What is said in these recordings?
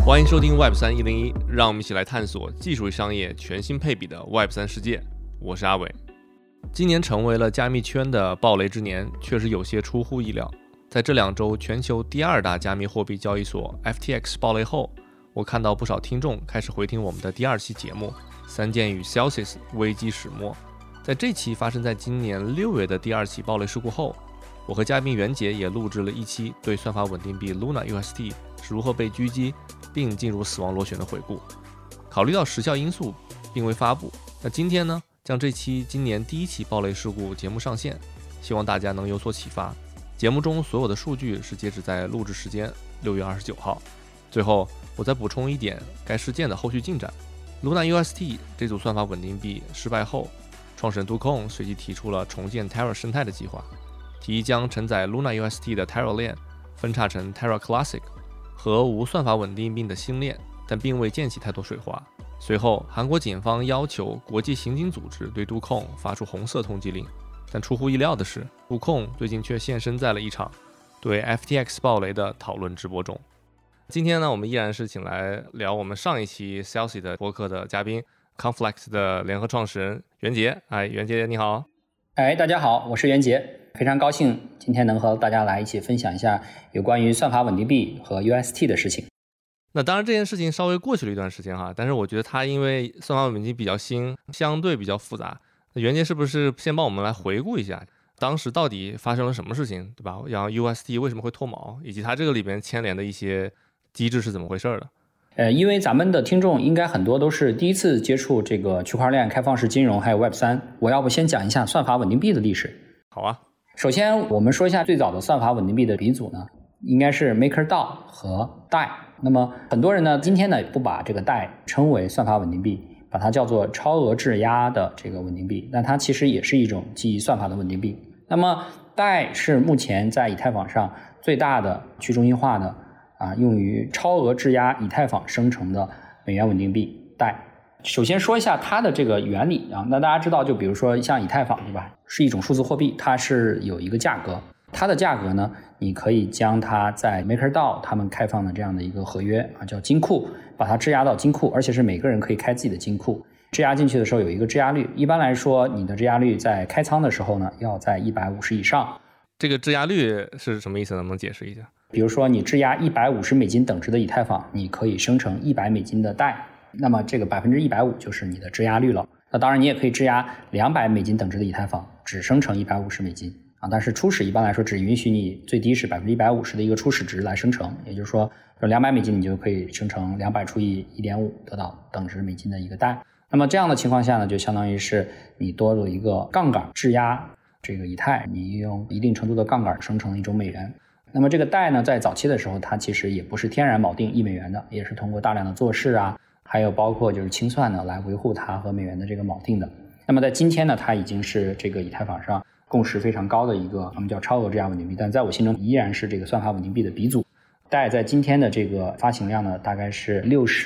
欢迎收听 Web 3 101，让我们一起来探索技术与商业全新配比的 Web 3世界。我是阿伟。今年成为了加密圈的暴雷之年，确实有些出乎意料。在这2周全球第2大加密货币交易所 FTX 暴雷后，我看到不少听众开始回听我们的第2期节目3件与 Celsius 危机始末。在这期发生在今年6月的第2起暴雷事故后，我和嘉宾袁杰也录制了一期对算法稳定币 Luna UST 是如何被狙击并进入死亡螺旋的回顾。考虑到时效因素并未发布，那今天呢将这期今年第1起暴雷事故节目上线，希望大家能有所启发。节目中所有的数据是截止在录制时间6月29号。最后我再补充一点该事件的后续进展。 Luna UST 这组算法稳定币失败后，创始人 Ducong 随即提出了重建 Terra 生态的计划，提议将承载 Luna UST 的 Terra 链分叉成 Terra Classic 和无算法稳定币的新链，但并未溅起太多水花。随后韩国警方要求国际刑警组织对 Ducong 发出红色通缉令，但出乎意料的是 Ducong 最近却现身在了一场对 FTX 暴雷的讨论直播中。今天呢，我们依然是请来聊我们上一期 Celsius 的播客的嘉宾 Conflux 的联合创始人袁杰。袁杰你好。 大家好，我是袁杰，非常高兴今天能和大家来一起分享一下有关于算法稳定币和 UST 的事情。 那当然这件事情稍微过去了一段时间哈，但是我觉得它因为算法稳定币比较新，相对比较复杂。那袁杰是不是先帮我们来回顾一下当时到底发生了什么事情，对吧？然后 UST 为什么会脱锚，以及它这个里边牵连的一些机制是怎么回事的？ 因为咱们的听众应该很多都是第一次接触这个区块链、开放式金融还有 Web3， 我要不先讲一下算法稳定币的历史。 好啊。 首先我们说一下最早的算法稳定币的鼻祖呢，应该是 MakerDAO 和 DAI。 那么很多人呢今天呢不把这个 DAI 称为算法稳定币，把它叫做超额质押的这个稳定币，但它其实也是一种基于算法的稳定币。那么 DAI 是目前在以太坊上最大的去中心化的用于超额质押以太坊生成的美元稳定币 DAI。 首先说一下它的这个原理那大家知道，就比如说像以太坊对吧，是一种数字货币，它是有一个价格，它的价格呢你可以将它在 MakerDAO 他们开放的这样的一个合约叫金库，把它质押到金库，而且是每个人可以开自己的金库，质押进去的时候有一个质押率，一般来说你的质押率在开仓的时候呢要在150以上。 这个质押率是什么意思，能不能解释一下？ 比如说你质押150美金等值的以太坊，你可以生成100美金的DAI，那么这个 150% 就是你的质押率了。那当然你也可以质押200美金等值的以太坊，只生成150美金但是初始一般来说只允许你最低是 150% 的一个初始值来生成，也就是说200美金你就可以生成200除以 1.5 得到等值美金的一个DAI。那么这样的情况下呢，就相当于是你多了一个杠杆质押这个以太，你用一定程度的杠杆生成一种美元。那么这个DAI呢在早期的时候它其实也不是天然锚定1美元的，也是通过大量的做事还有包括就是清算呢来维护它和美元的这个锚定的。那么在今天呢它已经是这个以太坊上共识非常高的一个我们叫超额质押稳定币，但在我心中依然是这个算法稳定币的鼻祖。DAI在今天的这个发行量呢大概是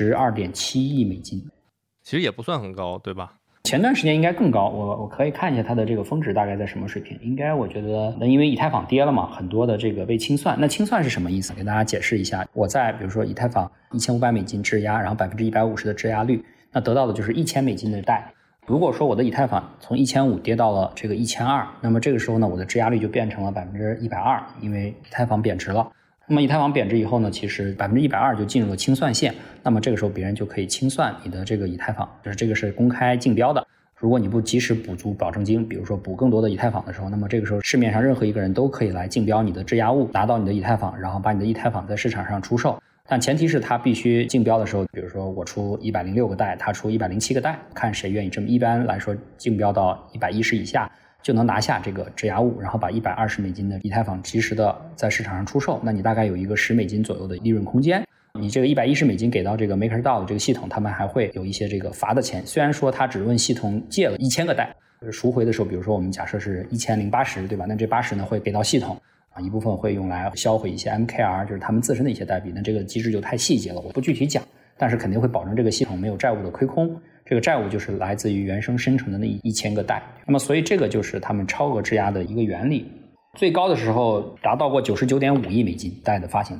62.7 亿美金， 其实也不算很高对吧？ 前段时间应该更高，我可以看一下它的这个峰值大概在什么水平。应该我觉得因为以太坊跌了嘛，很多的这个被清算。那清算是什么意思？给大家解释一下。我在比如说以太坊1500美金质押，然后 150% 的质押率，那得到的就是1000美金的DAI。如果说我的以太坊从1500跌到了这个1200，那么这个时候呢我的质押率就变成了 120%， 因为以太坊贬值了。那么以太坊贬值以后呢，其实 120% 就进入了清算线，那么这个时候别人就可以清算你的这个以太坊，就是这个是公开竞标的。如果你不及时补足保证金，比如说补更多的以太坊的时候，那么这个时候市面上任何一个人都可以来竞标你的质押物，拿到你的以太坊，然后把你的以太坊在市场上出售。但前提是他必须竞标的时候，比如说我出106个DAI，他出107个DAI，看谁愿意这么，一般来说竞标到110以下就能拿下这个质押物，然后把120美金的以太坊及时的在市场上出售，那你大概有一个10美金左右的利润空间。你这个110美金给到这个 MakerDAO 的这个系统，他们还会有一些这个罚的钱，虽然说他只问系统借了1000个DAI，赎回的时候比如说我们假设是1080对吧，那这80呢会给到系统一部分会用来销毁一些 MKR， 就是他们自身的一些代币，那这个机制就太细节了，我不具体讲，但是肯定会保证这个系统没有债务的亏空，这个债务就是来自于原生生成的那1000个DAI。那么所以这个就是他们超额质押的一个原理。最高的时候达到过99.5亿美金DAI的发行量，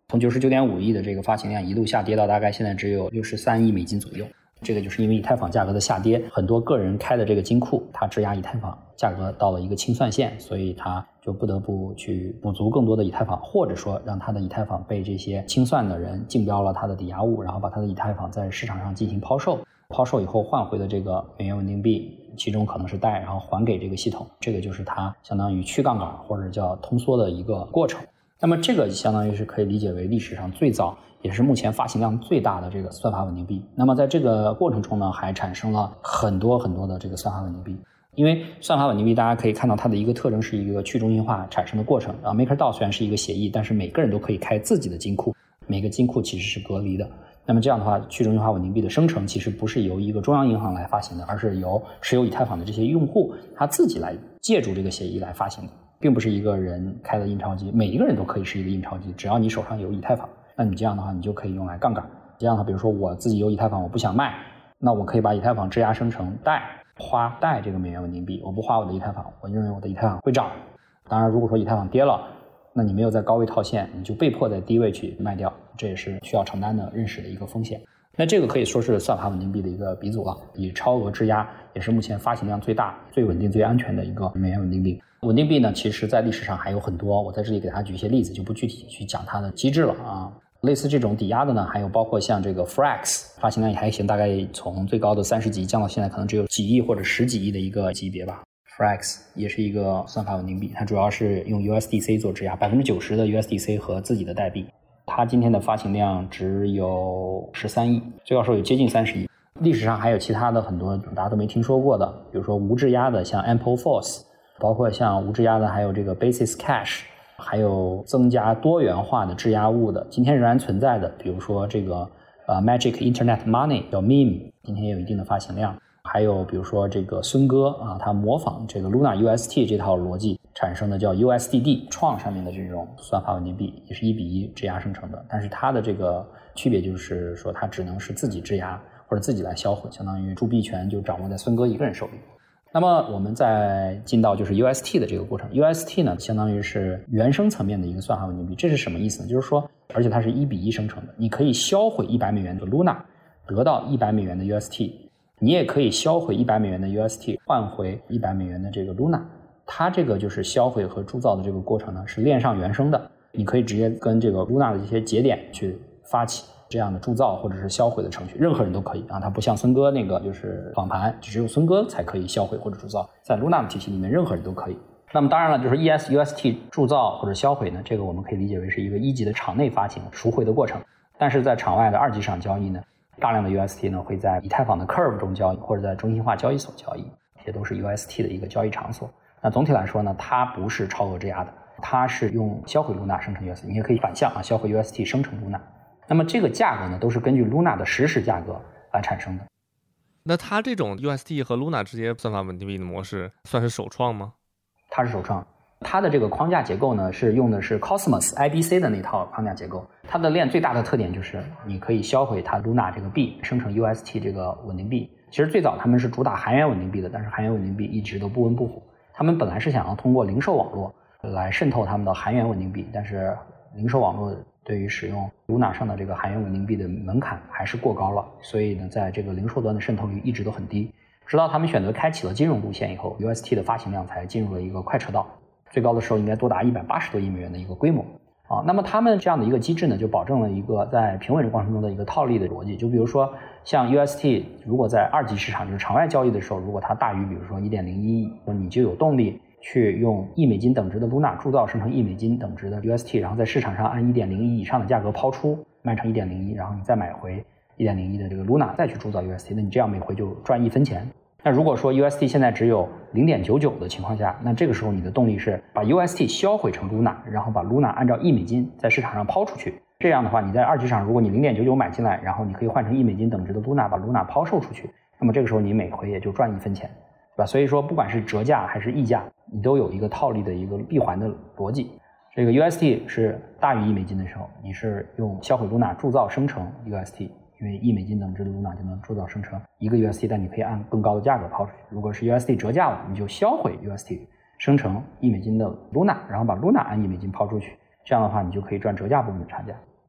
从99.5亿的这个发行量一路下跌到大概现在只有63亿美金左右。这个就是因为以太坊价格的下跌，很多个人开的这个金库，它质押以太坊价格到了一个清算线，所以它就不得不去补足更多的以太坊，或者说让它的以太坊被这些清算的人竞标了它的抵押物，然后把它的以太坊在市场上进行抛售，抛售以后换回的这个美元稳定币，其中可能是贷，然后还给这个系统，这个就是它相当于去杠杆或者叫通缩的一个过程。那么这个相当于是可以理解为历史上最早也是目前发行量最大的这个算法稳定币。那么在这个过程中呢，还产生了很多的这个算法稳定币。因为算法稳定币大家可以看到它的一个特征是一个去中心化产生的过程啊。MakerDAO 虽然是一个协议，但是每个人都可以开自己的金库，每个金库其实是隔离的。那么这样的话，去中心化稳定币的生成其实不是由一个中央银行来发行的，而是由持有以太坊的这些用户他自己来借助这个协议来发行的，并不是一个人开的印钞机，每一个人都可以是一个印钞机，只要你手上有以太坊，那你这样的话你就可以用来杠杆。这样的话，比如说我自己有以太坊，我不想卖，那我可以把以太坊质押生成贷，花贷这个美元稳定币，我不花我的以太坊，我认为我的以太坊会涨。当然如果说以太坊跌了，那你没有在高位套现，你就被迫在低位去卖掉，这也是需要承担的认识的一个风险。那这个可以说是算法稳定币的一个鼻祖了，以超额质押也是目前发行量最大、最稳定、最安全的一个美元稳定币。稳定币呢，其实在历史上还有很多，我在这里给大家举一些例子，就不具体去讲它的机制了啊。类似这种抵押的呢，还有包括像这个 Frax， 发行量也还行，大概从最高的30几亿降到现在可能只有几亿或者10几亿的一个级别吧。Frax 也是一个算法稳定币，它主要是用 USDC 做质押， 90% 的 USDC 和自己的代币。它今天的发行量只有13亿，最高时候有接近30亿。历史上还有其他的很多大家都没听说过的，比如说无质押的像 Ampleforth， 包括像无质押的还有这个 Basis Cash， 还有增加多元化的质押物的今天仍然存在的，比如说这个Magic Internet Money 叫 Meme， 今天也有一定的发行量。还有比如说这个孙哥啊，他模仿这个 Luna UST 这套逻辑产生的叫 USDD 创上面的这种算法稳定币，也是1:1质押生成的，但是它的这个区别就是说它只能是自己质押或者自己来销毁，相当于铸币权就掌握在孙哥一个人手里。那么我们再进到就是 UST 的这个过程， UST 呢相当于是原生层面的一个算法稳定币。这是什么意思呢？就是说而且它是1:1生成的，你可以销毁100美元的 Luna 得到100美元的 UST，你也可以销毁100美元的 UST 换回100美元的这个 Luna。 它这个就是销毁和铸造的这个过程呢是链上原生的，你可以直接跟这个 Luna 的这些节点去发起这样的铸造或者是销毁的程序，任何人都可以啊。它不像孙哥那个就是仿盘，只有孙哥才可以销毁或者铸造，在 Luna 的体系里面任何人都可以。那么当然了，就是 ES-UST 铸造或者销毁呢，这个我们可以理解为是一个1级的场内发行赎回的过程，但是在场外的2级市场交易呢，大量的 UST 呢会在以太坊的 Curve 中交易，或者在中心化交易所交易，这些都是 UST 的一个交易场所。那总体来说呢，它不是超额质押的，它是用销毁 Luna 生成 UST， 你也可以反向啊，销毁 UST 生成 Luna。那么这个价格呢，都是根据 Luna 的实时价格来产生的。 那它这种 UST 和 Luna 之间算法稳定币的模式算是首创吗？ 它是首创。它的这个框架结构呢，是用的是 Cosmos IBC 的那套框架结构。它的链最大的特点就是你可以销毁它 Luna 这个币，生成 UST 这个稳定币。其实最早他们是主打韩元稳定币的，但是韩元稳定币一直都不温不火。他们本来是想要通过零售网络来渗透他们的韩元稳定币，但是零售网络对于使用 Luna 上的这个韩元稳定币的门槛还是过高了，所以呢，在这个零售端的渗透率一直都很低。直到他们选择开启了金融路线以后， UST 的发行量才进入了一个快车道，最高的时候应该多达180多亿美元的一个规模啊。那么他们这样的一个机制呢，就保证了一个在平稳的过程中的一个套利的逻辑。就比如说像 UST 如果在2级市场就是场外交易的时候，如果它大于比如说 1.01亿，你就有动力去用1美金等值的 Luna 铸造生成1美金等值的 UST， 然后在市场上按 1.01 以上的价格抛出，卖成 1.01， 然后你再买回 1.01 的这个 Luna 再去铸造 UST， 那你这样每回就赚1分钱。那如果说 UST 现在只有 0.99 的情况下，那这个时候你的动力是把 UST 销毁成 Luna， 然后把 Luna 按照1美金在市场上抛出去。这样的话，你在2级市场如果你 0.99 买进来，然后你可以换成1美金等值的 Luna， 把 Luna 抛售出去，那么这个时候你每回也就赚1分钱，对吧？所以说不管是折价还是溢价，你都有一个套利的一个闭环的逻辑。这个 UST 是大于1美金的时候，你是用销毁 Luna 铸造生成 UST， 因为1美金等值的 Luna 就能铸造生成1个 UST， 但你可以按更高的价格抛出去。如果是 UST 折价了，你就销毁 UST 生成1美金的 Luna， 然后把 Luna 按1美金抛出去，这样的话你就可以赚折价部分的差价。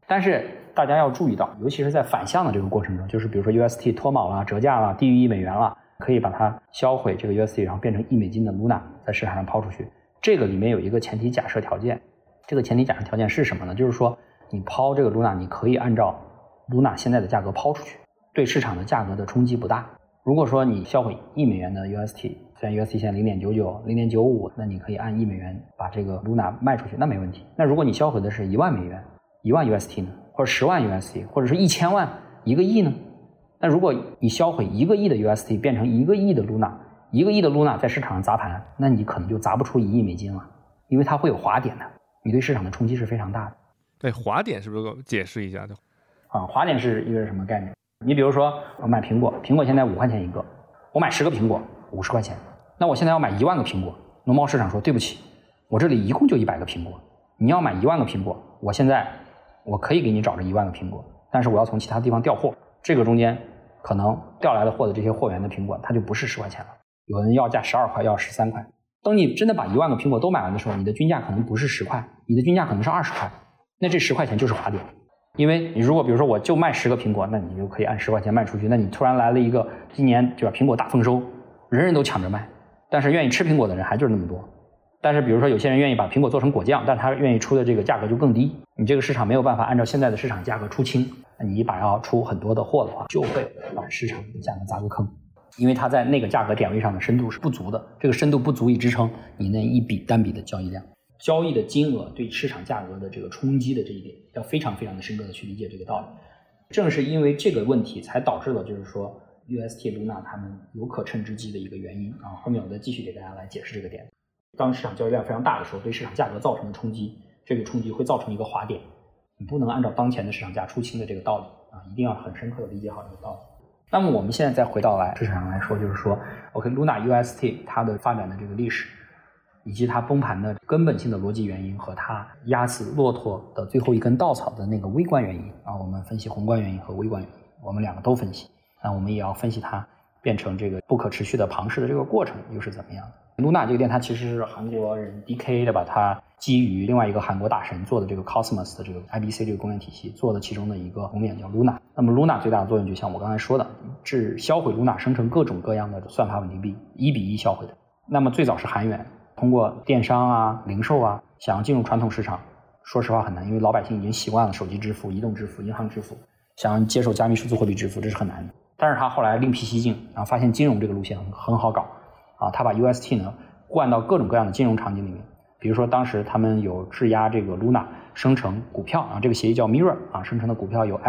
但是大家要注意到，尤其是在反向的这个过程中，就是比如说 UST 脱锚了、折价了、低于$1了，可以把它销毁这个 UST， 然后变成$1的 Luna 在市场上抛出去。这个里面有一个前提假设条件，这个前提假设条件是什么呢？就是说你抛这个 Luna， 你可以按照 Luna 现在的价格抛出去，对市场的价格的冲击不大。如果说你销毁$1的 UST， 虽然 UST 现在 0.99 0.95， 那你可以按$1把这个 Luna 卖出去，那没问题。那如果你销毁的是$10,000 1万 UST 呢，或者10万 UST， 或者是1000万、1个亿呢？那如果你销毁1个亿的 UST 变成1个亿的 Luna，1个亿的 Luna 在市场上砸盘，那你可能就砸不出$1亿了，因为它会有滑点的，你对市场的冲击是非常大的。 对，滑点是不是给我解释一下？ 滑点是一个什么概念？你比如说我买苹果，苹果现在5块钱一个，我买10个苹果50块钱，那我现在要买1万个苹果，农贸市场说对不起，我这里一共就100个苹果，你要买1万个苹果，我可以给你找着1万个苹果，但是我要从其他地方调货，这个中间可能调来的货的这些货源的苹果，它就不是10块钱了，有人要价12块，要13块。等你真的把1万个苹果都买完的时候，你的均价可能不是10块，你的均价可能是20块，那这10块钱就是滑点。因为你如果比如说我就卖10个苹果，那你就可以按10块钱卖出去，那你突然来了一个今年对吧苹果大丰收，人人都抢着卖，但是愿意吃苹果的人还就是那么多。但是比如说有些人愿意把苹果做成果酱，但是他愿意出的这个价格就更低，你这个市场没有办法按照现在的市场价格出清，那你要出很多的货的话，就会把市场的价格砸个坑，因为它在那个价格点位上的深度是不足的，这个深度不足以支撑你那一笔单笔的交易量。交易的金额对市场价格的这个冲击的这一点，要非常非常的深刻的去理解这个道理。正是因为这个问题，才导致了就是说 UST Luna 他们有可乘之机的一个原因啊。后面我再继续给大家来解释这个点。当市场交易量非常大的时候，对市场价格造成的冲击，这个冲击会造成一个滑点，你不能按照当前的市场价出清的这个道理啊，一定要很深刻的理解好这个道理。那么我们现在再回到市场上来说，就是说 OK Luna UST 它的发展的这个历史，以及它崩盘的根本性的逻辑原因和它压死骆驼的最后一根稻草的那个微观原因啊，我们分析宏观原因和微观原因，我们两个都分析。那我们也要分析它变成这个不可持续的庞氏的这个过程又是怎么样的。Luna 这个店它其实是韩国人 DK 的把它基于另外一个韩国大神做的这个 Cosmos 的这个 IBC 这个公链体系做的其中的一个公链叫 Luna。那么 Luna 最大的作用就像我刚才说的，是销毁 Luna 生成各种各样的算法稳定币，1比1销毁的。那么最早是韩元通过电商啊、零售啊，想要进入传统市场，说实话很难，因为老百姓已经习惯了手机支付、移动支付、银行支付，想要接受加密数字货币支付，这是很难的。但是他后来另辟蹊径，然后发现金融这个路线很好搞啊，他把 UST 呢灌到各种各样的金融场景里面。比如说当时他们有质押这个 Luna 生成股票啊，这个协议叫 Mirror 啊，生成的股票有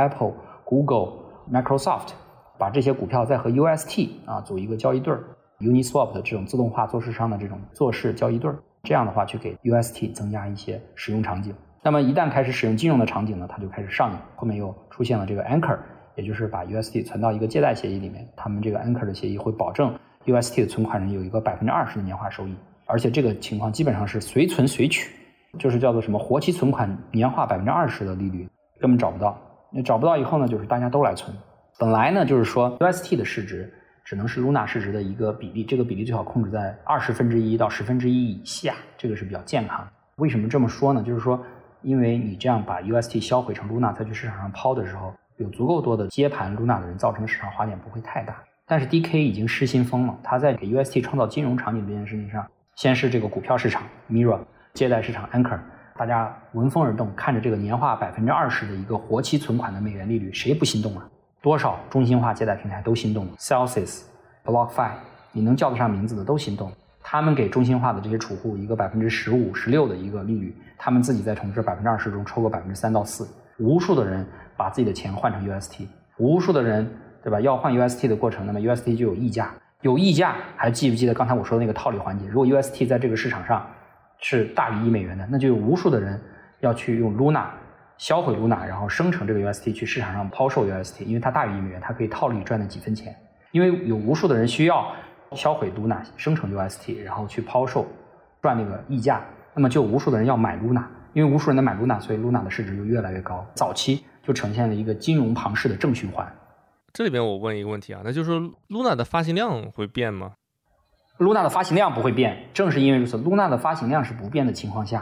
Apple、Google、Microsoft， 把这些股票再和 UST 啊组一个交易对儿。Uniswap 的这种自动化做市商的这种做市交易对，这样的话去给 UST 增加一些使用场景。那么一旦开始使用金融的场景呢，它就开始上瘾。后面又出现了这个 Anchor， 也就是把 UST 存到一个借贷协议里面，他们这个 Anchor 的协议会保证 UST 的存款人有一个 20% 的年化收益，而且这个情况基本上是随存随取，就是叫做什么活期存款年化 20% 的利率，根本找不到。那找不到以后呢，就是大家都来存。本来呢就是说 UST 的市值只能是 Luna 市值的一个比例，这个比例最好控制在1/20到1/10以下，这个是比较健康。为什么这么说呢？就是说因为你这样把 UST 销毁成 Luna 再去市场上抛的时候，有足够多的接盘 Luna 的人，造成的市场滑点不会太大。但是 DK 已经失心疯了，他在给 UST 创造金融场景这件事情上，先是这个股票市场 Mirror， 借贷市场 Anchor， 大家闻风而动，看着这个年化 20% 的一个活期存款的美元利率，谁不心动啊？多少中心化借贷平台都心动了 ，Celsius、BlockFi， 你能叫得上名字的都心动。他们给中心化的这些储户一个15%、16%的一个利率，他们自己再从这 20% 中抽个3%到4%，无数的人把自己的钱换成 UST， 无数的人对吧？要换 UST 的过程，那么 UST 就有溢价，有溢价，还记不记得刚才我说的那个套利环节？如果 UST 在这个市场上是大于$1的，那就有无数的人要去用 Luna。销毁 Luna， 然后生成这个 UST 去市场上抛售 UST， 因为它大于$1，它可以套利赚那几分钱。因为有无数的人需要销毁 Luna， 生成 UST， 然后去抛售赚那个溢价，那么就有无数的人要买 Luna， 因为无数人在买 Luna， 所以 Luna 的市值就越来越高。早期就呈现了一个金融庞氏的正循环。 这里边我问一个问题啊，那就是说 Luna 的发行量会变吗？ Luna 的发行量不会变，正是因为如此 ，Luna 的发行量是不变的情况下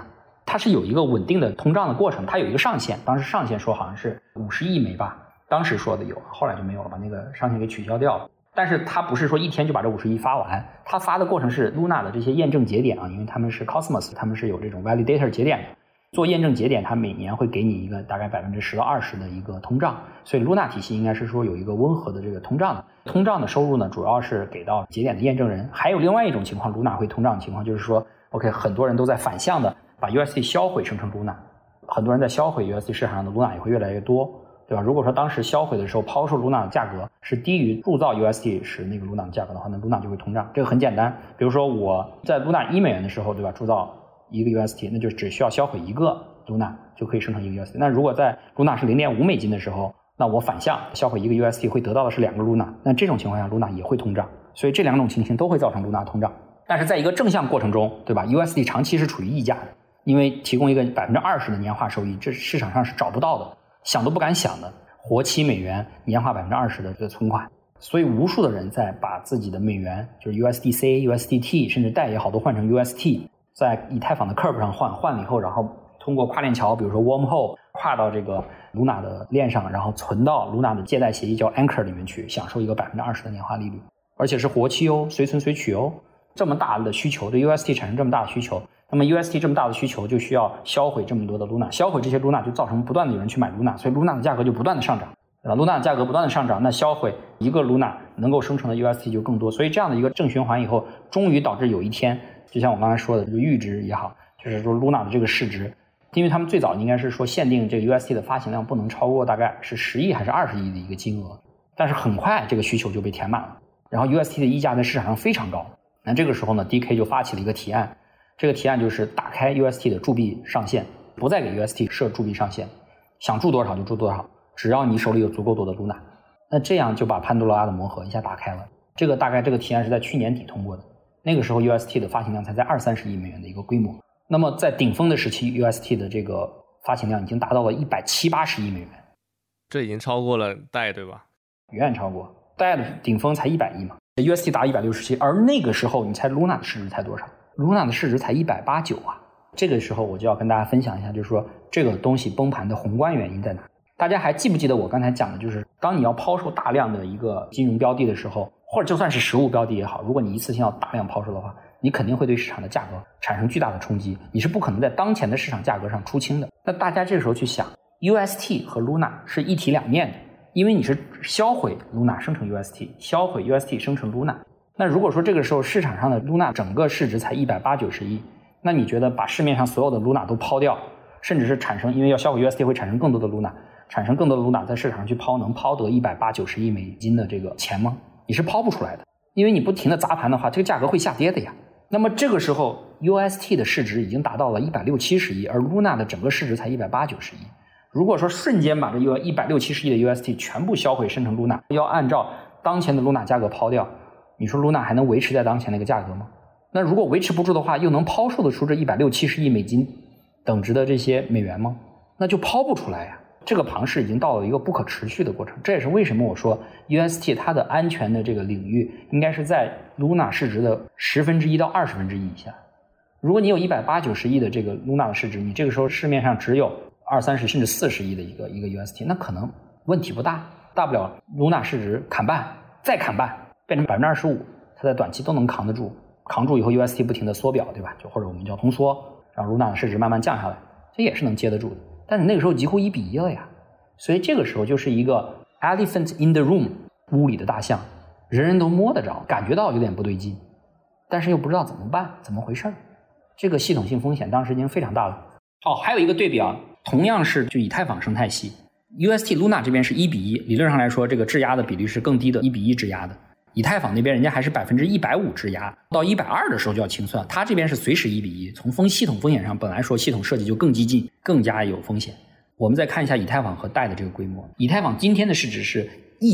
它是有一个稳定的通胀的过程，它有一个上限，当时上限说好像是50亿枚吧，当时说的有，后来就没有了，把那个上限给取消掉了。但是它不是说一天就把这50亿发完，它发的过程是 Luna 的这些验证节点啊，因为他们是 Cosmos， 他们是有这种 validator 节点的，做验证节点，它每年会给你一个大概10%到20%的一个通胀，所以 Luna 体系应该是说有一个温和的这个通胀的。通胀的收入呢，主要是给到节点的验证人。还有另外一种情况 ，Luna 会通胀的情况，就是说 ，OK， 很多人都在反向的把 UST 销毁生成 Luna， 很多人在销毁 UST 市场上的 Luna 也会越来越多，对吧？如果说当时销毁的时候抛售 Luna 的价格是低于铸造 UST 时那个 Luna 的价格的话，那 Luna 就会通胀。这个很简单，比如说我在 Luna $1的时候，对吧？铸造一个 UST， 那就只需要销毁一个 Luna 就可以生成一个 UST。那如果在 Luna 是$0.5的时候，那我反向销毁一个 UST 会得到的是2个 Luna， 那这种情况下 Luna 也会通胀，所以这两种情形都会造成 Luna 通胀。但是在一个正向过程中，对吧 ？UST 长期是处于溢价的，因为提供一个20%的年化收益，这市场上是找不到的，想都不敢想的。活期美元年化20%的这个存款，所以无数的人在把自己的美元，就是 USDC、USDT， 甚至贷也好，都换成 UST， 在以太坊的 Curve 上换了以后，然后通过跨链桥，比如说 Wormhole 跨到这个 Luna 的链上，然后存到 Luna 的借贷协议叫 Anchor 里面去，享受一个20%的年化利率，而且是活期哦，随存随取哦。这么大的需求，对 UST 产生这么大的需求，那么 UST 这么大的需求就需要销毁这么多的 Luna， 销毁这些 Luna 就造成不断的有人去买 Luna， 所以 Luna 的价格就不断的上涨，对吧 ？Luna 的价格不断的上涨，那销毁一个 Luna 能够生成的 UST 就更多，所以这样的一个正循环以后，终于导致有一天，就像我刚才说的，这个阈值也好，就是说 Luna 的这个市值，因为他们最早应该是说限定这个 UST 的发行量不能超过大概是10亿还是20亿的一个金额，但是很快这个需求就被填满了，然后 UST 的溢价在市场上非常高。那这个时候呢 ，DK 就发起了一个提案，这个提案就是打开 UST 的铸币上限，不再给 UST 设铸币上限，想铸多少就铸多少，只要你手里有足够多的 Luna。那这样就把潘多拉的魔盒一下打开了。大概这个提案是在去年底通过的，那个时候 UST 的发行量才在20-30亿美元的一个规模。那么在顶峰的时期 ，UST 的这个发行量已经达到了170-180亿美元， 这已经超过了贷，对吧？ 远远超过贷的顶峰才100亿嘛。UST 达167，而那个时候你猜 Luna 的市值才多少 ？Luna 的市值才189啊！这个时候我就要跟大家分享一下，就是说这个东西崩盘的宏观原因在哪？大家还记不记得我刚才讲的，就是当你要抛售大量的一个金融标的的时候，或者就算是实物标的也好，如果你一次性要大量抛售的话，你肯定会对市场的价格产生巨大的冲击，你是不可能在当前的市场价格上出清的。那大家这个时候去想 ，UST 和 Luna 是一体两面的。因为你是销毁 Luna 生成 UST， 销毁 UST 生成 Luna。那如果说这个时候市场上的 Luna 整个市值才180-190亿，那你觉得把市面上所有的 Luna 都抛掉，甚至是产生，因为要销毁 UST 会产生更多的 Luna， 产生更多的 Luna 在市场上去抛，能抛得180-190亿美金的这个钱吗？你是抛不出来的，因为你不停的砸盘的话，这个价格会下跌的呀。那么这个时候 UST 的市值已经达到了160-170亿，而 Luna 的整个市值才180-190亿。如果说瞬间把这160-170亿的 UST 全部销毁生成 Luna， 要按照当前的 Luna 价格抛掉，你说 Luna 还能维持在当前那个价格吗？那如果维持不住的话，又能抛售得出这160-170亿美金等值的这些美元吗？那就抛不出来呀。这个庞氏已经到了一个不可持续的过程，这也是为什么我说 UST 它的安全的这个领域应该是在 Luna 市值的1/10到20%以下。如果你有180-190亿的这个 Luna 的市值，你这个时候市面上只有20-30甚至40亿的一个 UST， 那可能问题不大，大不了 Luna 市值砍半，再砍半，变成25%，它在短期都能扛得住，扛住以后 UST 不停的缩表，对吧？就或者我们叫通缩，让 Luna 的市值慢慢降下来，这也是能接得住的。但是那个时候几乎1:1了呀，所以这个时候就是一个 elephant in the room， 屋里的大象，人人都摸得着，感觉到有点不对劲，但是又不知道怎么办，怎么回事？这个系统性风险当时已经非常大了。还有一个对比啊，同样是就以太坊生态系 ，UST Luna 这边是1:1，理论上来说这个质押的比率是更低的1:1质押的。以太坊那边人家还是150%质押，到120的时候就要清算，它这边是随时1:1。从系统风险上，本来说系统设计就更激进，更加有风险。我们再看一下以太坊和贷的这个规模，以太坊今天的市值是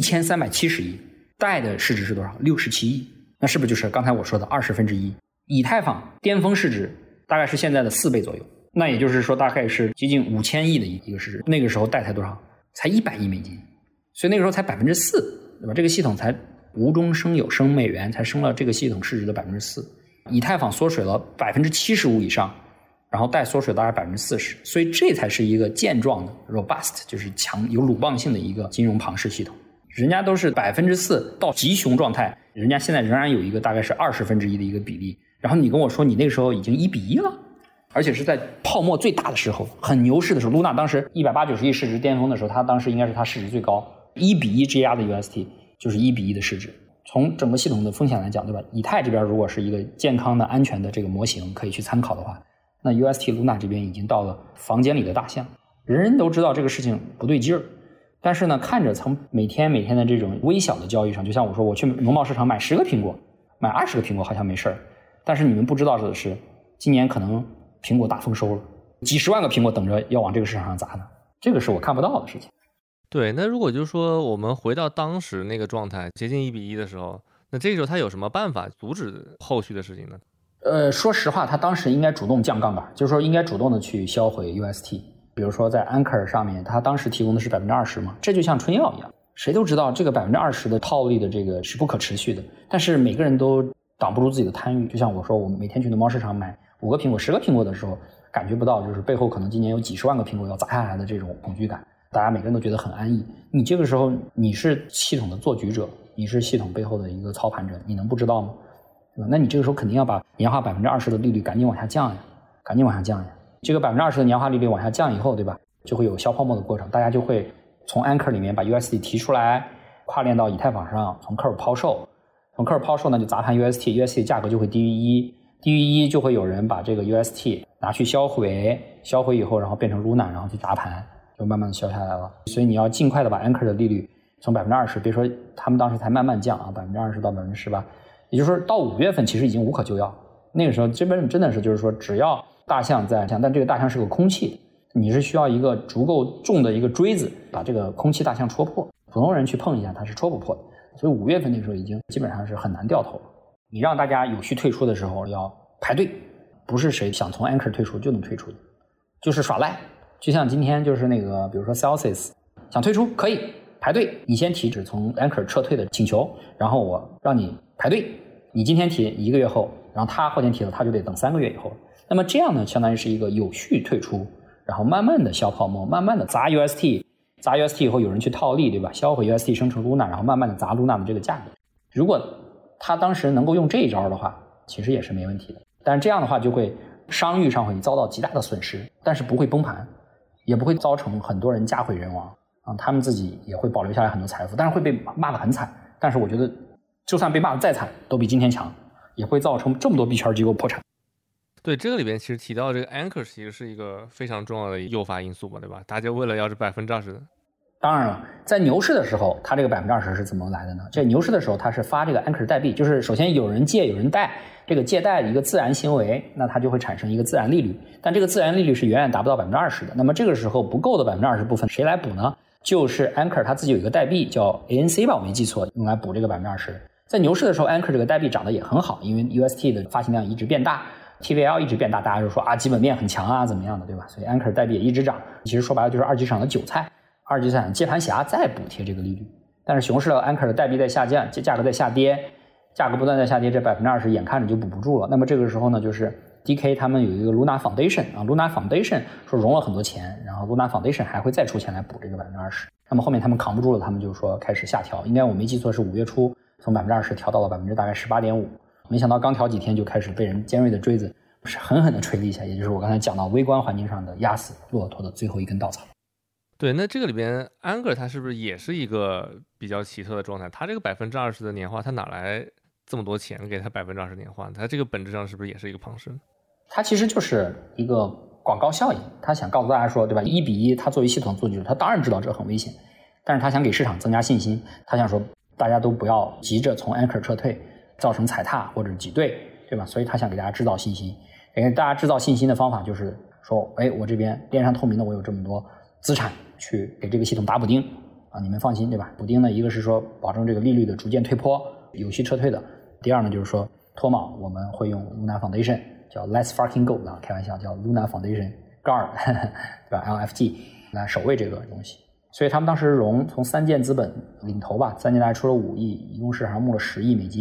1370亿，贷的市值是多少？67亿，那是不是就是刚才我说的1/20？以太坊巅峰市值大概是现在的4倍左右，那也就是说大概是接近5000亿的一个市值。那个时候贷才多少？才100亿美金，所以那个时候才4%，对吧？这个系统才无中生有，生美元才生了这个系统市值的4%。以太坊缩水了75%以上然后贷缩水大概40%，所以这才是一个健壮的 robust， 就是强有鲁棒性的一个金融庞氏系统。人家都是4%到极熊状态，人家现在仍然有一个大概是1/20的一个比例。然后你跟我说你那个时候已经1:1了，而且是在泡沫最大的时候，很牛市的时候，Luna当时180-90亿市值巅峰的时候，它当时应该是它市值最高，1:1质押的 UST 就是1:1的市值。从整个系统的风险来讲，对吧？以太这边如果是一个健康的、安全的这个模型可以去参考的话，那 UST Luna 这边已经到了房间里的大象，人人都知道这个事情不对劲儿。但是呢，看着从每天的这种微小的交易上，就像我说，我去农贸市场买10个苹果，买20个苹果好像没事儿。但是你们不知道的是，今年可能苹果大丰收了，几十万个苹果等着要往这个市场上砸呢，这个是我看不到的事情。 对，那如果就是说我们回到当时那个状态，接近1:1的时候，那这个时候他有什么办法阻止后续的事情呢？ 说实话，他当时应该主动降杠杆，就是说应该主动的去销毁 UST。比如说在 Anchor 上面，他当时提供的是20%嘛，这就像春药一样，谁都知道这个20%的套利的这个是不可持续的，但是每个人都挡不住自己的贪欲。就像我说，我们每天去农贸市场买5个苹果、10个苹果的时候，感觉不到就是背后可能今年有几十万个苹果要砸下来的这种恐惧感，大家每个人都觉得很安逸。你这个时候你是系统的做局者，你是系统背后的一个操盘者，你能不知道吗？对吧？那你这个时候肯定要把年化20%的利率赶紧往下降呀，赶紧往下降呀。这个20%的年化利率往下降以后，对吧？就会有消泡沫的过程，大家就会从 Anchor 里面把 USD 提出来，跨链到以太坊上，从 Curve 抛售，从 Curve 抛售呢就砸盘 UST 价格就会低于1，低于1就会有人把这个 UST 拿去销毁以后，然后变成 Luna， 然后去砸盘，就慢慢的消下来了。所以你要尽快的把 Anchor 的利率从20%，别说他们当时才慢慢降啊，20%到18%，也就是说到5月份其实已经无可救药。那个时候这边真的是就是说，只要大象在但这个大象是个空气，你是需要一个足够重的一个锥子把这个空气大象戳破，普通人去碰一下它是戳不破的。所以5月份那个时候已经基本上是很难掉头了。你让大家有序退出的时候要排队，不是谁想从 Anchor 退出就能退出的，就是耍赖。就像今天就是那个比如说 Celsius 想退出可以排队，你先提出从 Anchor 撤退的请求，然后我让你排队，你今天提1个月后，然后他后天提了，他就得等3个月以后。那么这样呢，相当于是一个有序退出，然后慢慢的消泡沫，慢慢的砸 UST 以后有人去套利，对吧？销毁 UST 生成 Luna， 然后慢慢的砸 Luna 的这个价格。如果他当时能够用这一招的话，其实也是没问题的。但是这样的话就会商誉上会遭到极大的损失，但是不会崩盘，也不会造成很多人家毁人亡啊，他们自己也会保留下来很多财富，但是会被骂得很惨。但是我觉得就算被骂得再惨都比今天强，也会造成这么多币圈机构破产。 对，这个里边其实提到这个 Anchor 其实是一个非常重要的诱发因素吧，对吧？大家为了要是20%的。 当然了，在牛市的时候，它这个20%是怎么来的呢？这牛市的时候，它是发这个 Anchor 代币，就是首先有人借有人贷，这个借贷的一个自然行为，那它就会产生一个自然利率，但这个自然利率是远远达不到20%的。那么这个时候不够的20%部分谁来补呢？就是 Anchor 它自己有一个代币叫 ANC 吧，我没记错，用来补这个20%。在牛市的时候 Anchor 这个代币涨得也很好，因为 UST 的发行量一直变大， TVL 一直变大，大家就说啊基本面很强啊怎么样的，对吧？所以 Anchor 代币也一直涨，其实说白了就是二级市场的韭菜，二级市场接盘侠再补贴这个利率。但是熊市的 Anchor 的代币在下降，价格在下跌，价格不断在下跌，这20%眼看着就补不住了。那么这个时候呢，就是 DK 他们有一个 Luna Foundation 啊 ，Luna Foundation 说融了很多钱，然后 Luna Foundation 还会再出钱来补这个20%。那么后面他们扛不住了，他们就说开始下调，应该我没记错是5月初从20%调到了大概18.5%。没想到刚调几天就开始被人尖锐的锥子是狠狠的锤了一下，也就是我刚才讲到微观环境上的压死骆驼的最后一根稻草。 对，那这个里边 Anchor 它是不是也是一个比较奇特的状态？它这个20%的年化，它哪来这么多钱给它20%年化？它这个本质上是不是也是一个庞氏？ 它其实就是一个广告效应，他想告诉大家说，对吧？1:1，他作为系统做局者，他当然知道这很危险，但是他想给市场增加信心，他想说大家都不要急着从 Anchor 撤退，造成踩踏或者挤兑，对吧？所以他想给大家制造信心。给大家制造信心的方法就是说，哎，我这边链上透明的，我有这么多资产去给这个系统打补丁啊，你们放心，对吧？补丁呢，一个是说保证这个利率的逐渐退坡，有序撤退的；第二呢，就是说脱锚，我们会用 Luna Foundation 叫 Let's Fucking Go 啊，开玩笑叫 Luna Foundation Guard 对吧 ？LFG 来守卫这个东西。所以他们当时从三箭资本领头吧，3箭大概出了5亿，一共市场募了10亿美金，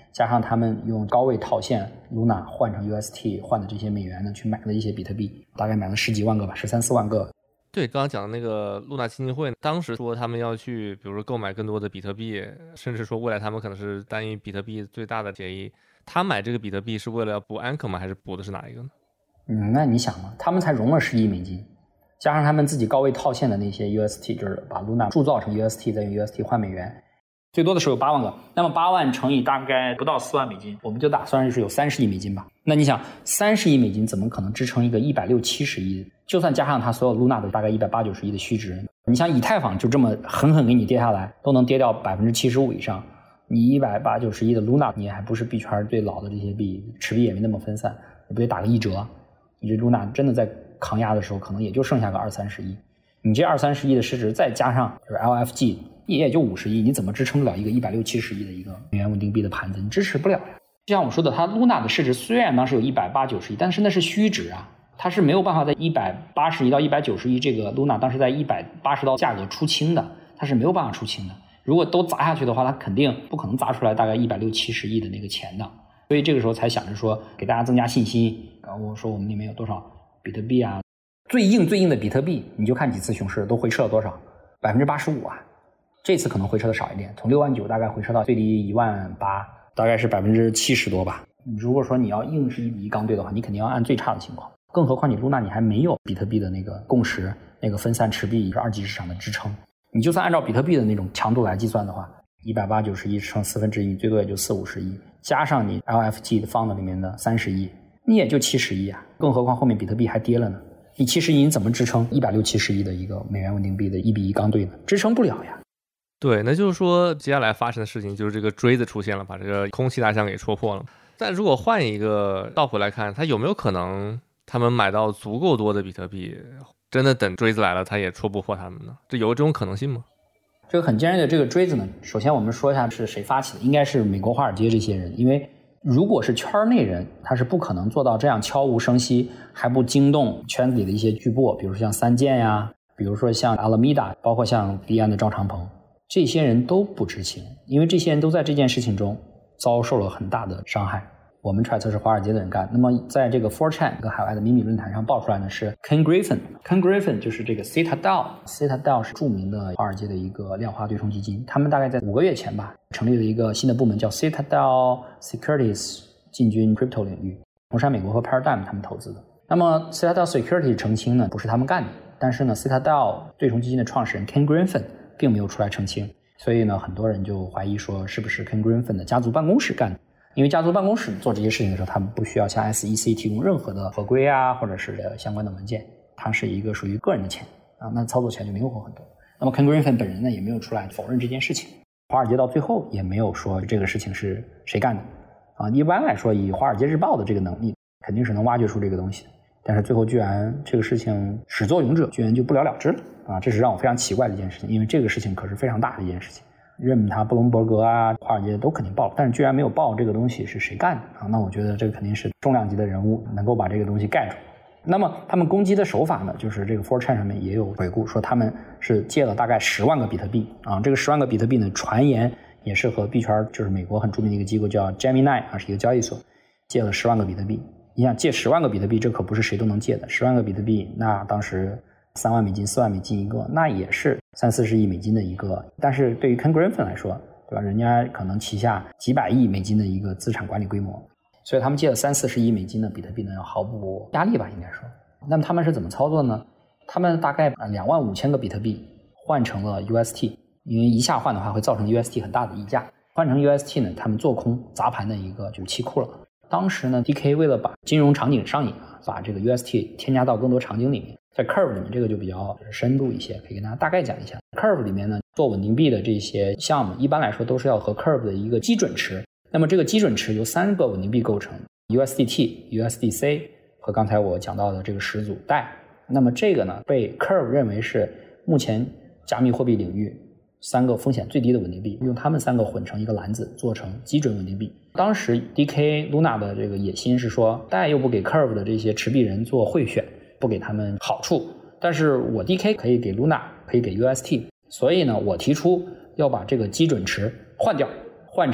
加上他们用高位套现 Luna 换成 UST 换的这些美元呢，去买了一些比特币，大概买了10几万个吧，13、14万个。 对，刚刚讲的那个露娜基金会，当时说他们要去，比如说购买更多的比特币，甚至说未来他们可能是单一比特币最大的协议。他买这个比特币是为了补 Anchor 吗？还是补的是哪一个呢？ 那你想嘛，他们才融了10亿美金，加上他们自己高位套现的那些 UST， 就是把 Luna 铸造成 UST， 再用 UST 换美元，最多的时候有8万个。那么8万乘以大概不到4万美金，我们就打算是有30亿美金吧。那你想30亿美金怎么可能支撑一个160、70亿？就算加上它所有 Luna 的大概180、90亿的虚值，你像以太坊就这么狠狠给你跌下来，都能跌掉75%以上。你180、90亿的 Luna， 你还不是币圈最老的这些币，持币也没那么分散，你不得打个1折？你这 Luna 真的在抗压的时候，可能也就剩下个20、30亿。你这20、30亿的市值，再加上就是 LFG， 也就50亿，你怎么支撑得了一个160、70亿的一个美元稳定币的盘子？你支持不了呀。就像我说的，它 Luna 的市值虽然当时有180、90亿，但是那是虚值啊，它是没有办法在180亿到190亿这个 Luna 当时在180刀价格出清的，它是没有办法出清的。如果都砸下去的话，它肯定不可能砸出来大概160、70亿的那个钱的。所以这个时候才想着说给大家增加信心。然后我说我们里面有多少比特币啊，最硬的比特币，你就看几次熊市都回撤了多少，85%啊。这次可能回撤的少一点，从6万9大概回撤到最低1万8，大概是70%多吧。如果说你要硬是1比1刚兑的话，你肯定要按最差的情况。更何况你 Luna 你还没有比特币的那个共识，那个分散持币二级市场的支撑。你就算按照比特币的那种强度来计算的话，180、90亿乘1/4亿，最多也就40、50亿，加上你 LFG 放的里面的30亿，你也就70亿啊。更何况后面比特币还跌了呢，你70亿你怎么支撑160、70亿的一个美元稳定币的1比1刚兑呢？支撑不了呀。 对，那就是说接下来发生的事情就是这个锥子出现了，把这个空气大象给戳破了。但如果换一个倒回来看，它有没有可能他们买到足够多的比特币，真的等锥子来了他也戳不破他们呢？这有这种可能性吗？ 这个很尖锐的这个锥子呢，首先我们说一下是谁发起的，应该是美国华尔街这些人。因为如果是圈内人，他是不可能做到这样悄无声息还不惊动圈子里的一些巨擘，比如说像三箭呀，比如说像 Alameda， 包括像币安的赵长鹏，这些人都不知情，因为这些人都在这件事情中遭受了很大的伤害。我们揣测是华尔街的人干。那么在这个 4chan 跟海外的秘密论坛上爆出来的是 Ken Griffin。Ken Griffin 就是这个 Citadel 是著名的华尔街的一个量化对冲基金，他们大概在5个月前吧成立了一个新的部门叫 Citadel Securities， 进军 crypto 领域，红杉美国和 Paradigm 他们投资的。那么 Citadel Securities 澄清呢不是他们干的，但是呢 Citadel 对冲基金的创始人 Ken Griffin 并没有出来澄清，所以呢很多人就怀疑说是不是 Ken Griffin 的家族办公室干的。因为家族办公室做这些事情的时候，他们不需要向 SEC 提供任何的合规啊，或者是相关的文件，它是一个属于个人的钱啊，那操作起来就灵活很多。那么 Ken Griffin 本人呢，也没有出来否认这件事情，华尔街到最后也没有说这个事情是谁干的啊。一般来说，以华尔街日报的这个能力，肯定是能挖掘出这个东西的，但是最后居然这个事情始作俑者居然就不了了之了啊，这是让我非常奇怪的一件事情，因为这个事情可是非常大的一件事情。任他布隆伯格啊、华尔街都肯定报了，但是居然没有报这个东西是谁干的啊？那我觉得这个肯定是重量级的人物能够把这个东西盖住。那么他们攻击的手法呢，就是这个 4chan 上面也有回顾，说他们是借了大概10万个比特币啊。这个10万个比特币呢，传言也是和币圈就是美国很著名的一个机构叫 Gemini 啊，是一个交易所，借了10万个比特币。你想借10万个比特币，这可不是谁都能借的。10万个比特币，那当时3万美金、4万美金一个，那也是30、40亿美金的一个。但是对于 Ken Griffin 来说，对吧？人家可能旗下几百亿美金的一个资产管理规模，所以他们借了30、40亿美金的比特币呢，要毫无压力吧，应该说。那么他们是怎么操作呢？他们大概25000个比特币换成了 UST， 因为一下换的话会造成 UST 很大的溢价。换成 UST 呢，他们做空砸盘的一个就是期库了。当时呢 DK 为了把金融场景上瘾啊，把这个 UST 添加到更多场景里面，在 Curve 里面这个就比较深度一些，可以跟大家大概讲一下。Curve 里面呢，做稳定币的这些项目一般来说都是要和 Curve 的一个基准池，那么这个基准池由3个稳定币构成， USDT、USDC 和刚才我讲到的这个始祖代。那么这个呢被 Curve 认为是目前加密货币领域3个风险最低的稳定币，用他们3个混成一个篮子做成基准稳定币。当时 DK Luna 的这个野心是说，大家又不给 Curve 的这些持币人做贿选，不给他们好处，但是我 DK 可以给 Luna， 可以给 UST， 所以呢我提出要把这个基准池换掉，换成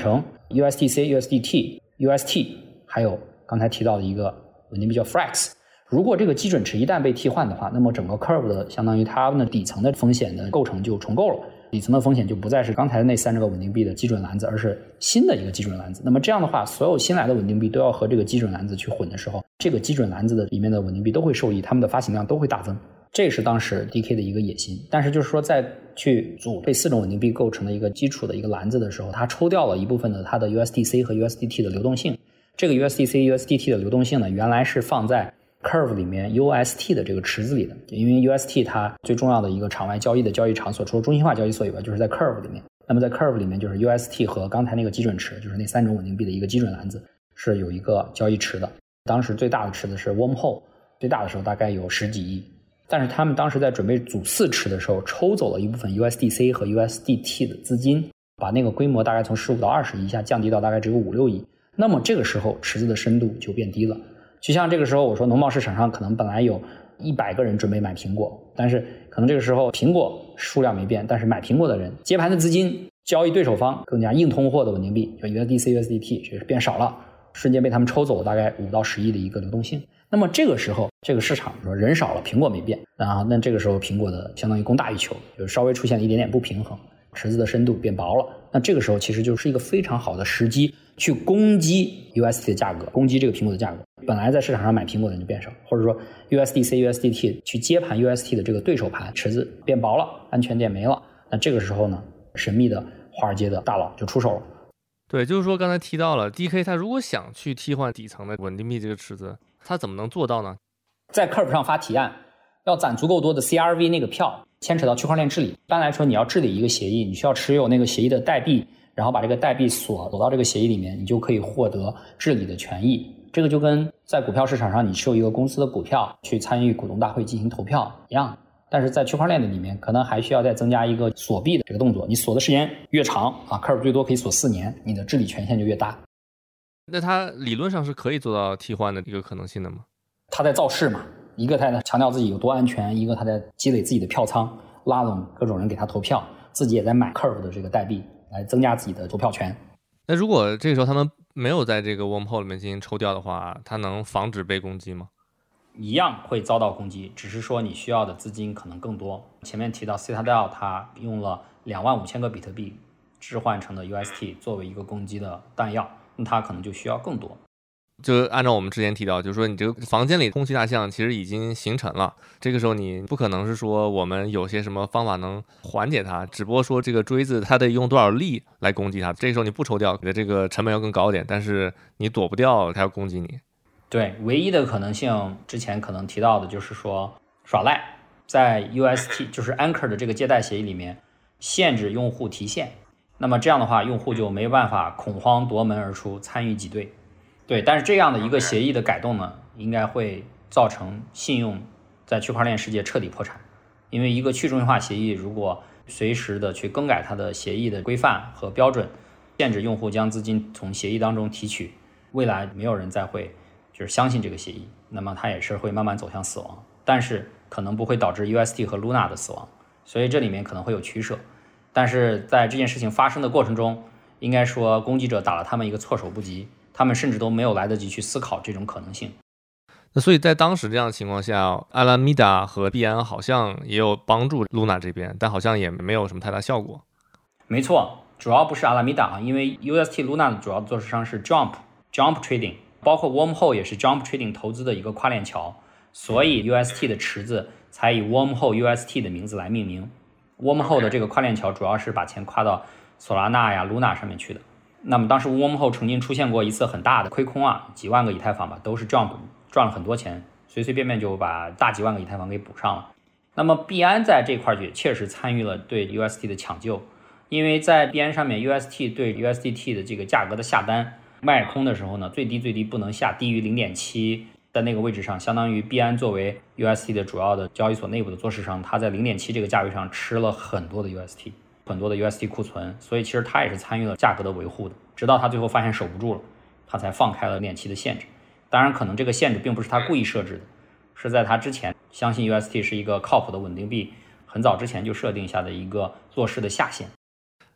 USDC、USDT、UST， 还有刚才提到的一个稳定币叫 Frax。如果这个基准池一旦被替换的话，那么整个 curve 的相当于它们的底层的风险的构成就重构了，底层的风险就不再是刚才那3个稳定币的基准篮子，而是新的一个基准篮子。那么这样的话，所有新来的稳定币都要和这个基准篮子去混的时候，这个基准篮子的里面的稳定币都会受益，它们的发行量都会大增。这是当时 DK 的一个野心。但是就是说在去组这4种稳定币构成的一个基础的一个篮子的时候，它抽掉了一部分的它的 USDC 和 USDT 的流动性。这个 USDC、USDT 的流动性呢，原来是放在 Curve 里面 UST 的这个池子里的，因为 UST 它最重要的一个场外交易的交易场所，除了中心化交易所以外，就是在 Curve 里面。那么在 Curve 里面，就是 UST 和刚才那个基准池，就是那3种稳定币的一个基准篮子，是有一个交易池的。当时最大的池子是 Wormhole， 最大的时候大概有10几亿。但是他们当时在准备组4池的时候，抽走了一部分 USDC 和 USDT 的资金，把那个规模大概从15到20亿一下降低到大概只有5、6亿。那么这个时候池子的深度就变低了。就像这个时候我说农贸市场上可能本来有100个人准备买苹果，但是可能这个时候苹果数量没变，但是买苹果的人接盘的资金交易对手方更加硬通货的稳定币就 USDC、USDT 这个变少了，瞬间被他们抽走了大概5到10亿的一个流动性。那么这个时候这个市场说人少了苹果没变，那这个时候苹果的相当于供大于求，就稍微出现了一点点不平衡，池子的深度变薄了。那这个时候其实就是一个非常好的时机去攻击 UST 的价格，攻击这个苹果的价格。本来在市场上买苹果的人就变少，或者说 USDC、USDT 去接盘 UST 的这个对手盘，池子变薄了，安全点没了。那这个时候呢，神秘的华尔街的大佬就出手了。 对，就是说刚才提到了 DK 他如果想去替换底层的稳定币这个池子，他怎么能做到呢？ 在 Curve 上发提案，要攒足够多的 CRV 那个票，牵扯到区块链治理。一般来说，你要治理一个协议，你需要持有那个协议的代币，然后把这个代币锁到这个协议里面，你就可以获得治理的权益。这个就跟在股票市场上你持有一个公司的股票去参与股东大会进行投票一样。但是在区块链的里面，可能还需要再增加一个锁币的这个动作，你锁的时间越长啊 ，Curve 最多可以锁4年，你的治理权限就越大。 那它理论上是可以做到替换的一个可能性的吗？ 他在造势嘛，一个他在强调自己有多安全，一个他在积累自己的票仓，拉拢各种人给他投票，自己也在买 Curve 的这个代币来增加自己的投票权。 那如果这个时候他们没有在这个 Wormhole 里面进行抽调的话，它能防止被攻击吗？ 一样会遭到攻击，只是说你需要的资金可能更多。前面提到 Citadel 它用了25000个比特币置换成的 UST 作为一个攻击的弹药，那它可能就需要更多。 就按照我们之前提到，就是说你这个房间里空气大象其实已经形成了，这个时候你不可能是说我们有些什么方法能缓解它，只不过说这个锥子它得用多少力来攻击它，这个时候你不抽掉，你的这个成本要更高一点，但是你躲不掉它要攻击你。 对，唯一的可能性之前可能提到的就是说耍赖，在 UST 就是 Anchor 的这个借贷协议里面限制用户提现，那么这样的话用户就没办法恐慌夺门而出参与挤兑。对，但是这样的一个协议的改动呢，应该会造成信用在区块链世界彻底破产。因为一个去中心化协议如果随时的去更改它的协议的规范和标准，限制用户将资金从协议当中提取，未来没有人再会就是相信这个协议，那么它也是会慢慢走向死亡，但是可能不会导致 UST 和 Luna 的死亡，所以这里面可能会有取舍。但是在这件事情发生的过程中，应该说攻击者打了他们一个措手不及，他们甚至都没有来得及去思考这种可能性。 那所以在当时这样的情况下，阿拉米达和币安好像也有帮助 Luna 这边，但好像也没有什么太大效果。 没错，主要不是阿拉米达，因为 UST Luna 的主要做市商是 Jump Trading， 包括 Wormhole 也是 Jump Trading 投资的一个跨链桥，所以 UST 的池子才以 Wormhole UST 的名字来命名。Wormhole 的这个跨链桥主要是把钱跨到索拉纳呀 Luna 上面去的。那么当时 Wormhole 曾经出现过一次很大的亏空啊，几万个以太坊吧，都是 Jump 赚了很多钱，随随便便就把大几万个以太坊给补上了。那么币安在这块也确实参与了对 UST 的抢救，因为在币安上面 UST 对 USDT 的这个价格的下单卖空的时候呢，最低不能下低于 0.7， 在那个位置上，相当于币安作为 UST 的主要的交易所内部的做市商，它在 0.7 这个价位上吃了很多的 UST， 很多的 UST 库存，所以其实它也是参与了价格的维护的，直到它最后发现守不住了，它才放开了 0.7 的限制。当然可能这个限制并不是他故意设置的，是在他之前相信 UST 是一个靠谱的稳定币，很早之前就设定下的一个做事的下限。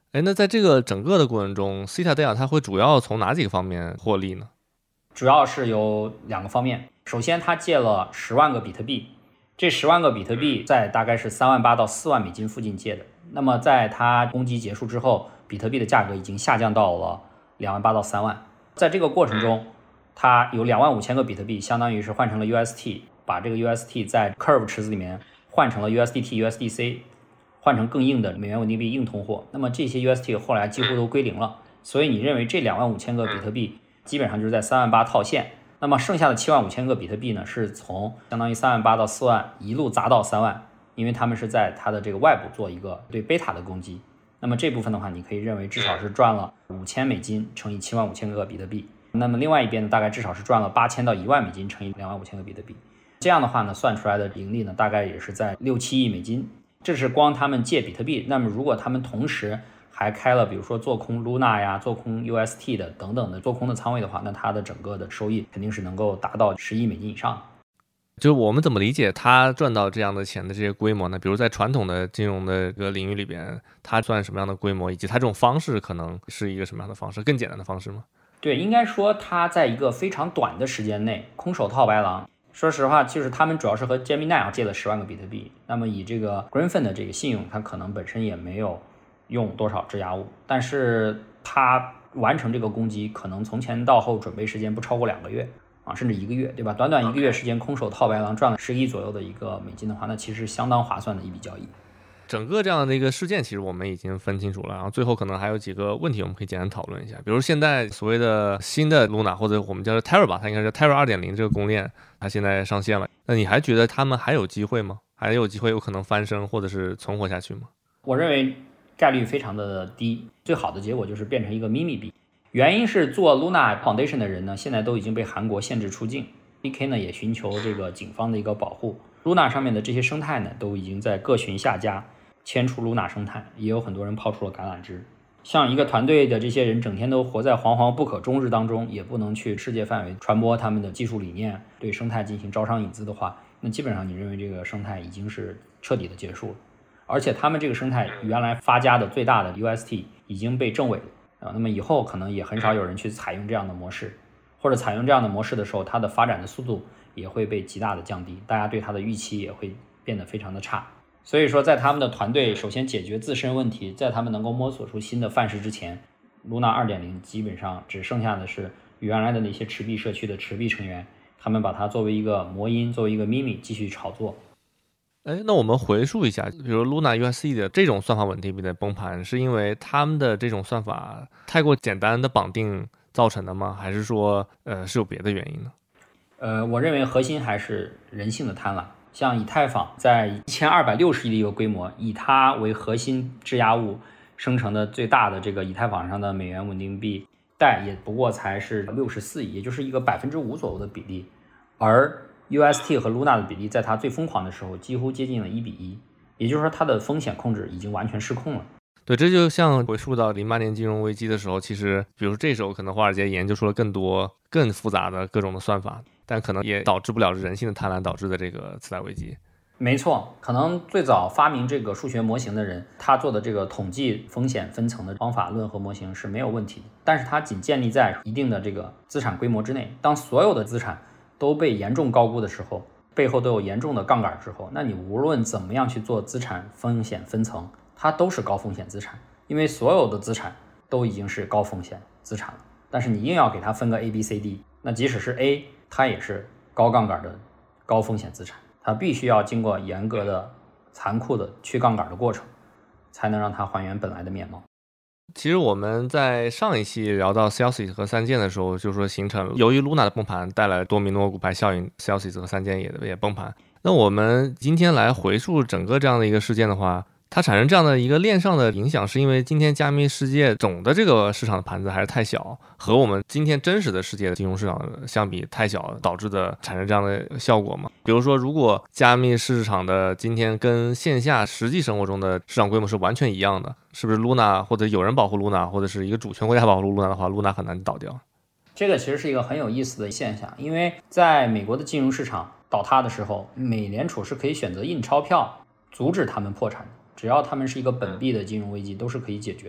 那在这个整个的过程中 Citadel 它会主要从哪几个方面获利呢？ 主要是有2个方面。首先，他借了10万个比特币，这10万个比特币在大概是3万8到4万美金附近借的。那么在他攻击结束之后，比特币的价格已经下降到了2万8到3万。在这个过程中，他有2万5千个比特币，相当于是换成了 UST， 把这个 UST 在 Curve 池子里面换成了 USDT、USDC， 换成更硬的美元稳定币硬通货。那么这些 UST 后来几乎都归零了，所以你认为这2万5千个比特币基本上就是在3万8套现。那么剩下的7万5千个比特币呢，是从相当于3万8到4万一路砸到3万，因为他们是在它的这个外部做一个对贝塔的攻击。那么这部分的话，你可以认为至少是赚了5000美金乘以7万5千个比特币。那么另外一边呢，大概至少是赚了8000到1万美金乘以2万5千个比特币。这样的话呢，算出来的盈利呢，大概也是在6-7亿美金。这是光他们借比特币。那么如果他们同时还开了比如说做空 Luna 呀、做空 UST 的等等的做空的仓位的话，那它的整个的收益肯定是能够达到10亿美金以上。 就是我们怎么理解他赚到这样的钱的这些规模呢？比如在传统的金融的这个领域里边，他算什么样的规模，以及他这种方式可能是一个什么样的方式？更简单的方式吗？ 对，应该说他在一个非常短的时间内空手套白狼。说实话，就是他们主要是和 Gemini 借了10万个比特币。那么以这个 Gryphon 的这个信用，它可能本身也没有用多少质押物，但是他完成这个攻击可能从前到后准备时间不超过2个月啊，甚至1个月，对吧？短短1个月时间空手套白狼赚了10亿左右的一个美金的话，那其实相当划算的一笔交易。 整个这样的一个事件，其实我们已经分清楚了，然后最后可能还有几个问题我们可以简单讨论一下，比如现在所谓的新的 Luna 或者我们叫做 Terra 吧，它应该是 Terra 2.0 这个公链，它现在上线了，那你还觉得他们还有机会吗？还有机会有可能翻身或者是存活下去吗？ 我认为概率非常的低，最好的结果就是变成一个秘密币。原因是做 Luna Foundation 的人呢，现在都已经被韩国限制出境 ，BK 呢也寻求这个警方的一个保护。Luna 上面的这些生态呢，都已经在各寻下家，迁出 Luna 生态，也有很多人抛出了橄榄枝。像一个团队的这些人整天都活在惶惶不可终日当中，也不能去世界范围传播他们的技术理念，对生态进行招商引资的话，那基本上你认为这个生态已经是彻底的结束了。而且他们这个生态原来发家的最大的 UST 已经被证伪了，那么以后可能也很少有人去采用这样的模式，或者采用这样的模式的时候，它的发展的速度也会被极大的降低，大家对它的预期也会变得非常的差。所以说在他们的团队首先解决自身问题，在他们能够摸索出新的范式之前， Luna 2.0 基本上只剩下的是原来的那些持币社区的持币成员，他们把它作为一个魔音，作为一个秘密继续炒作。 那我们回溯一下，比如 Luna UST 的这种算法稳定币的崩盘，是因为他们的这种算法太过简单的绑定造成的吗？还是说是有别的原因呢？ 我认为核心还是人性的贪婪。像以太坊在1260亿的一个规模，以它为核心质押物生成的最大的这个以太坊上的美元稳定币贷也不过才是64亿，也就是一个5%左右的比例，而UST 和 Luna 的比例在它最疯狂的时候几乎接近了1:1，也就是说它的风险控制已经完全失控了。 对，这就像回溯到08年金融危机的时候，其实比如这时候可能华尔街研究出了更多更复杂的各种的算法，但可能也导致不了人性的贪婪导致的这个次贷危机。 没错，可能最早发明这个数学模型的人，他做的这个统计风险分层的方法论和模型是没有问题的，但是它仅建立在一定的这个资产规模之内。当所有的资产都被严重高估的时候，背后都有严重的杠杆之后，那你无论怎么样去做资产风险分层，它都是高风险资产，因为所有的资产都已经是高风险资产了。但是你硬要给它分个 A、B、C、D， 那即使是 A， 它也是高杠杆的高风险资产，它必须要经过严格的残酷的去杠杆的过程，才能让它还原本来的面貌。 其实我们在上一期聊到 Celsius 和三箭的时候，就说形成由于 Luna 的崩盘带来多米诺骨牌效应， Celsius 和三箭也崩盘。那我们今天来回溯整个这样的一个事件的话，它产生这样的一个链上的影响，是因为今天加密世界总的这个市场的盘子还是太小，和我们今天真实的世界的金融市场相比太小，导致的产生这样的效果嘛？比如说，如果加密市场的今天跟线下实际生活中的市场规模是完全一样的，是不是 Luna 或者有人保护 Luna， 或者是一个主权国家保护 Luna 的话， Luna 很难倒掉？ 这个其实是一个很有意思的现象，因为在美国的金融市场倒塌的时候，美联储是可以选择印钞票阻止他们破产的，只要他们是一个本币的金融危机都是可以解决的。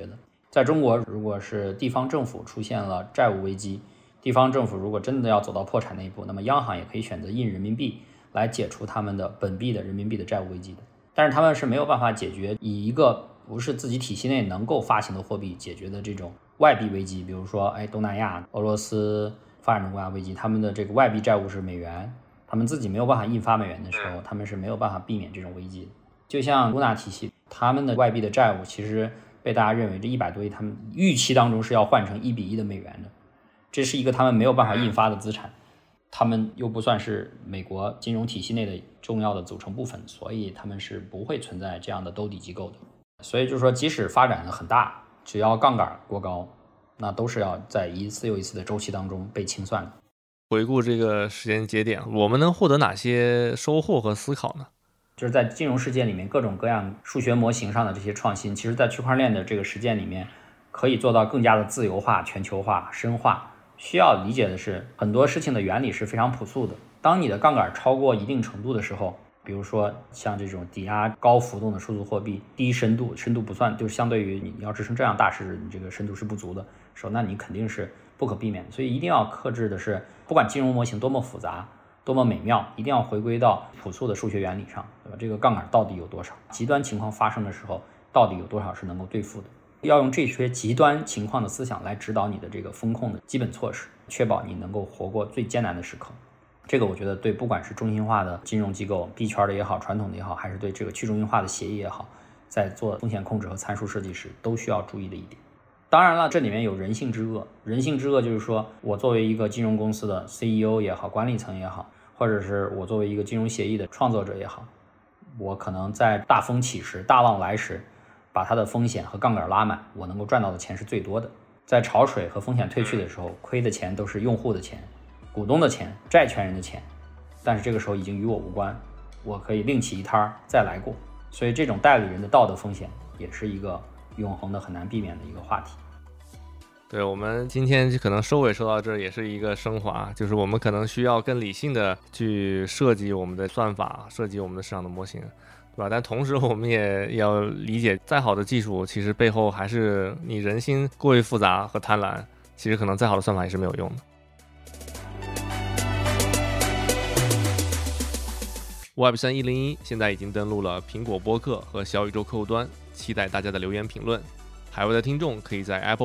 在中国，如果是地方政府出现了债务危机，地方政府如果真的要走到破产那一步，那么央行也可以选择印人民币来解除他们的本币的人民币的债务危机的。但是他们是没有办法解决以一个不是自己体系内能够发行的货币解决的这种外币危机，比如说东南亚、俄罗斯发展中国家危机，他们的这个外币债务是美元，他们自己没有办法印发美元的时候，他们是没有办法避免这种危机的。就像卢纳体系，他们的外币的债务其实被大家认为这100多亿，他们预期当中是要换成1比1的美元的，这是一个他们没有办法印发的资产，他们又不算是美国金融体系内的重要的组成部分，所以他们是不会存在这样的兜底机构的。所以就是说，即使发展的很大，只要杠杆过高，那都是要在一次又一次的周期当中被清算的。 回顾这个时间节点，我们能获得哪些收获和思考呢？ 就是在金融世界里面各种各样数学模型上的这些创新，其实在区块链的这个实践里面可以做到更加的自由化、全球化、深化。需要理解的是，很多事情的原理是非常朴素的。当你的杠杆超过一定程度的时候，比如说像这种抵押高浮动的数字货币，低深度不算，就是相对于你要支撑这样大市值，你这个深度是不足的时候，那你肯定是不可避免的。所以一定要克制的是，不管金融模型多么复杂多么美妙，一定要回归到朴素的数学原理上，对吧？这个杠杆到底有多少？极端情况发生的时候，到底有多少是能够兑付的？要用这些极端情况的思想来指导你的这个风控的基本措施，确保你能够活过最艰难的时刻。这个我觉得对不管是中心化的金融机构、币圈的也好，传统的也好，还是对这个去中心化的协议也好，在做风险控制和参数设计时都需要注意的一点。当然了，这里面有人性之恶。人性之恶就是说，我作为一个金融公司的 CEO 也好，管理层也好，或者是我作为一个金融协议的创作者也好，我可能在大风起时、大浪来时，把它的风险和杠杆拉满，我能够赚到的钱是最多的。在潮水和风险退去的时候，亏的钱都是用户的钱、股东的钱、债权人的钱，但是这个时候已经与我无关，我可以另起一摊再来过。所以这种代理人的道德风险也是一个永恒的很难避免的一个话题。 对，我们今天可能收尾说到这儿也是一个升华，就是我们可能需要更理性的去设计我们的算法，设计我们的市场的模型，对吧？但同时我们也要理解，再好的技术其实背后还是你人心过于复杂和贪婪，其实可能再好的算法也是没有用的。Web3 101现在已经登录了苹果播客和小宇宙客户端，期待大家的留言评论。海外的听众可以在 Apple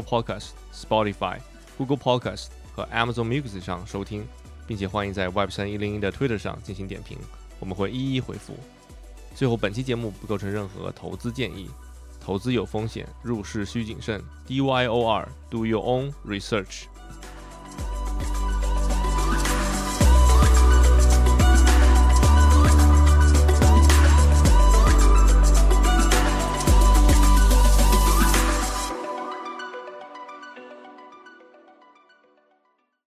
Podcast、Spotify、Google Podcast 和 Amazon Music 上收听，并且欢迎在 Web3 101的 Twitter 上进行点评，我们会一一回复。最后，本期节目不构成任何投资建议，投资有风险，入市需谨慎。DYOR Do your own research。